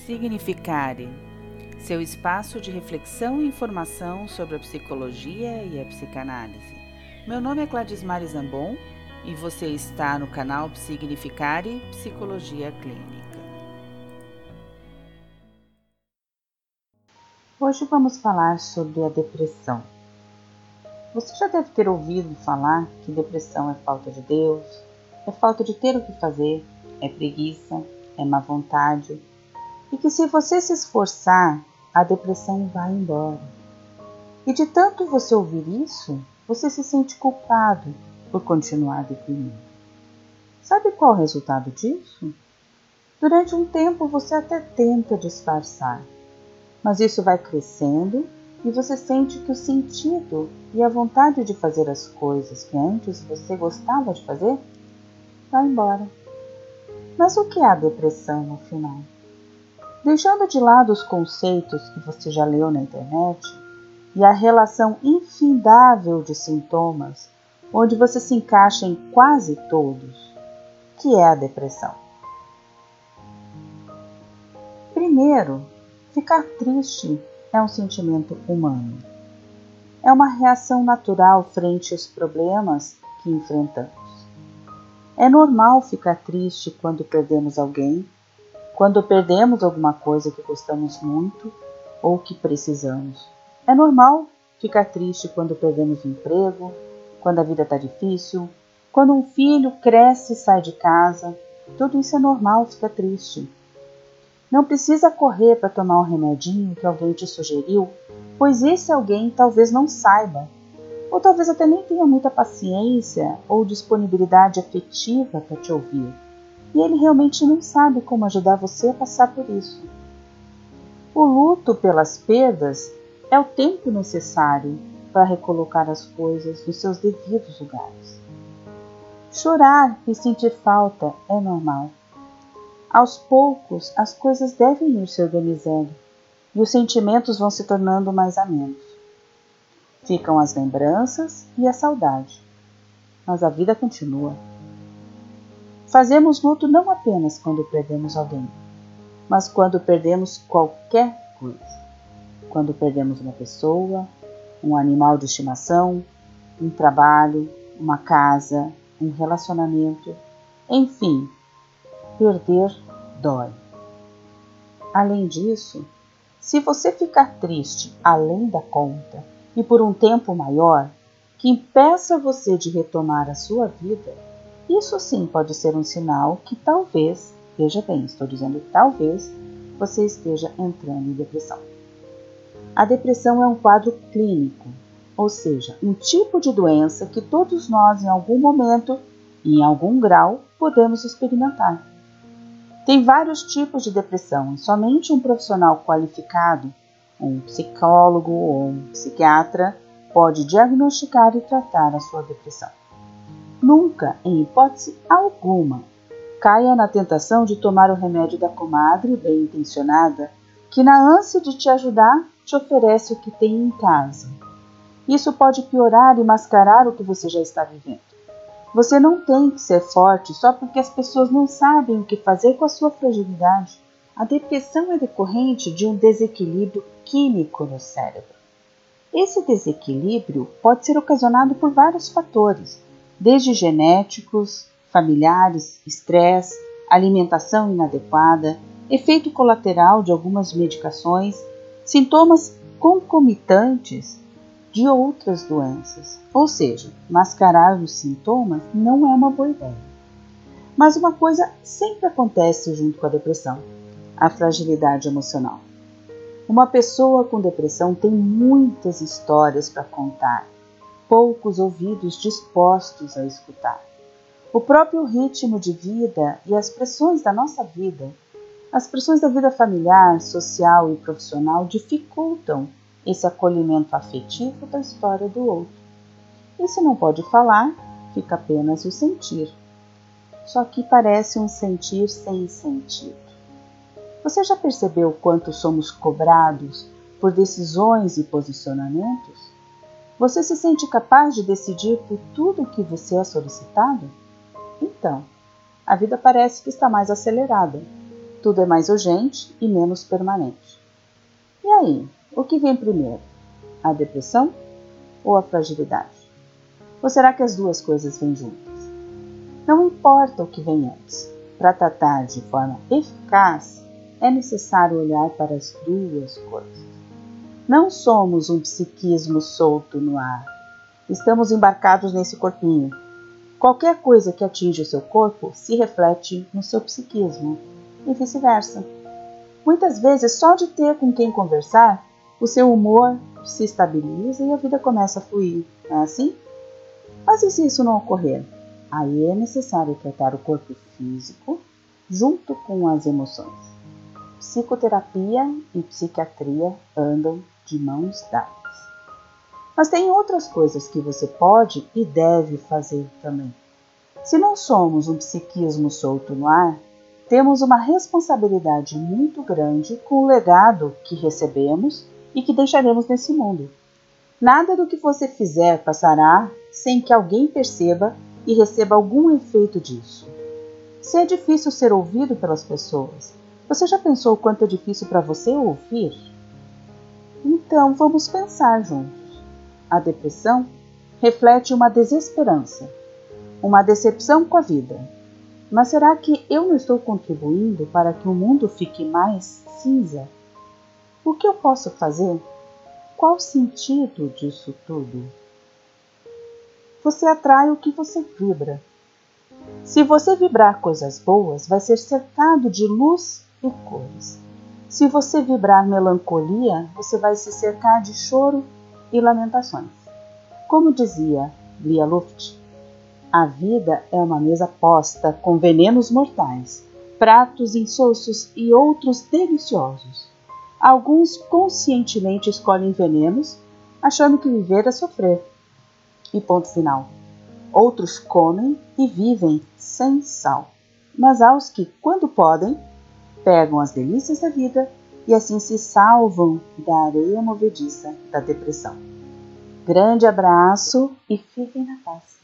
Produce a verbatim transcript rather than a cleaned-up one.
Psignificare, seu espaço de reflexão e informação sobre a psicologia e a psicanálise. Meu nome é Cladismar Zambon e você está no canal Psignificare Psicologia Clínica. Hoje vamos falar sobre a depressão. Você já deve ter ouvido falar que depressão é falta de Deus, é falta de ter o que fazer, é preguiça, é má vontade, e que se você se esforçar, a depressão vai embora. E de tanto você ouvir isso, você se sente culpado por continuar deprimido. Sabe qual é o resultado disso? Durante um tempo você até tenta disfarçar, mas isso vai crescendo e você sente que o sentido e a vontade de fazer as coisas que antes você gostava de fazer vai embora. Mas o que é a depressão no final? Deixando de lado os conceitos que você já leu na internet e a relação infindável de sintomas, onde você se encaixa em quase todos, que é a depressão? Primeiro, ficar triste é um sentimento humano. É uma reação natural frente aos problemas que enfrentamos. É normal ficar triste quando perdemos alguém, quando perdemos alguma coisa que gostamos muito ou que precisamos. É normal ficar triste quando perdemos o emprego, quando a vida está difícil, quando um filho cresce e sai de casa. Tudo isso é normal ficar triste. Não precisa correr para tomar um remedinho que alguém te sugeriu, pois esse alguém talvez não saiba, ou talvez até nem tenha muita paciência ou disponibilidade afetiva para te ouvir. E ele realmente não sabe como ajudar você a passar por isso. O luto pelas perdas é o tempo necessário para recolocar as coisas nos seus devidos lugares. Chorar e sentir falta é normal. Aos poucos, as coisas devem ir se organizando e os sentimentos vão se tornando mais amenos. Ficam as lembranças e a saudade, mas a vida continua. Fazemos luto não apenas quando perdemos alguém, mas quando perdemos qualquer coisa. Quando perdemos uma pessoa, um animal de estimação, um trabalho, uma casa, um relacionamento, enfim, perder dói. Além disso, se você ficar triste além da conta e por um tempo maior, que impeça você de retomar a sua vida, isso sim pode ser um sinal que talvez, veja bem, estou dizendo talvez, você esteja entrando em depressão. A depressão é um quadro clínico, ou seja, um tipo de doença que todos nós em algum momento e em algum grau podemos experimentar. Tem vários tipos de depressão e somente um profissional qualificado, um psicólogo ou um psiquiatra, pode diagnosticar e tratar a sua depressão. Nunca, em hipótese alguma, caia na tentação de tomar o remédio da comadre bem intencionada, que na ânsia de te ajudar, te oferece o que tem em casa. Isso pode piorar e mascarar o que você já está vivendo. Você não tem que ser forte só porque as pessoas não sabem o que fazer com a sua fragilidade. A depressão é decorrente de um desequilíbrio químico no cérebro. Esse desequilíbrio pode ser ocasionado por vários fatores, desde genéticos, familiares, estresse, alimentação inadequada, efeito colateral de algumas medicações, sintomas concomitantes de outras doenças. Ou seja, mascarar os sintomas não é uma boa ideia. Mas uma coisa sempre acontece junto com a depressão: a fragilidade emocional. Uma pessoa com depressão tem muitas histórias para contar, poucos ouvidos dispostos a escutar. O próprio ritmo de vida e as pressões da nossa vida, as pressões da vida familiar, social e profissional dificultam esse acolhimento afetivo da história do outro. E se não pode falar, fica apenas o sentir. Só que parece um sentir sem sentido. Você já percebeu quanto somos cobrados por decisões e posicionamentos? Você se sente capaz de decidir por tudo o que você é solicitado? Então, a vida parece que está mais acelerada. Tudo é mais urgente e menos permanente. E aí, o que vem primeiro? A depressão ou a fragilidade? Ou será que as duas coisas vêm juntas? Não importa o que vem antes. Para tratar de forma eficaz, é necessário olhar para as duas coisas. Não somos um psiquismo solto no ar. Estamos embarcados nesse corpinho. Qualquer coisa que atinge o seu corpo se reflete no seu psiquismo e vice-versa. Muitas vezes, só de ter com quem conversar, o seu humor se estabiliza e a vida começa a fluir. Não é assim? Mas e se isso não ocorrer? Aí é necessário tratar o corpo físico junto com as emoções. Psicoterapia e psiquiatria andam de mãos dadas. Mas tem outras coisas que você pode e deve fazer também. Se não somos um psiquismo solto no ar, temos uma responsabilidade muito grande com o legado que recebemos e que deixaremos nesse mundo. Nada do que você fizer passará sem que alguém perceba e receba algum efeito disso. Se é difícil ser ouvido pelas pessoas, você já pensou o quanto é difícil para você ouvir? Então vamos pensar juntos. A depressão reflete uma desesperança, uma decepção com a vida. Mas será que eu não estou contribuindo para que o mundo fique mais cinza? O que eu posso fazer? Qual o sentido disso tudo? Você atrai o que você vibra. Se você vibrar coisas boas, vai ser cercado de luz e cores. Se você vibrar melancolia, você vai se cercar de choro e lamentações. Como dizia Lia Luft, a vida é uma mesa posta com venenos mortais, pratos insosso e outros deliciosos. Alguns conscientemente escolhem venenos, achando que viver é sofrer. E ponto final. Outros comem e vivem sem sal. Mas há os que, quando podem, pegam as delícias da vida e assim se salvam da areia movediça da depressão. Grande abraço e fiquem na paz.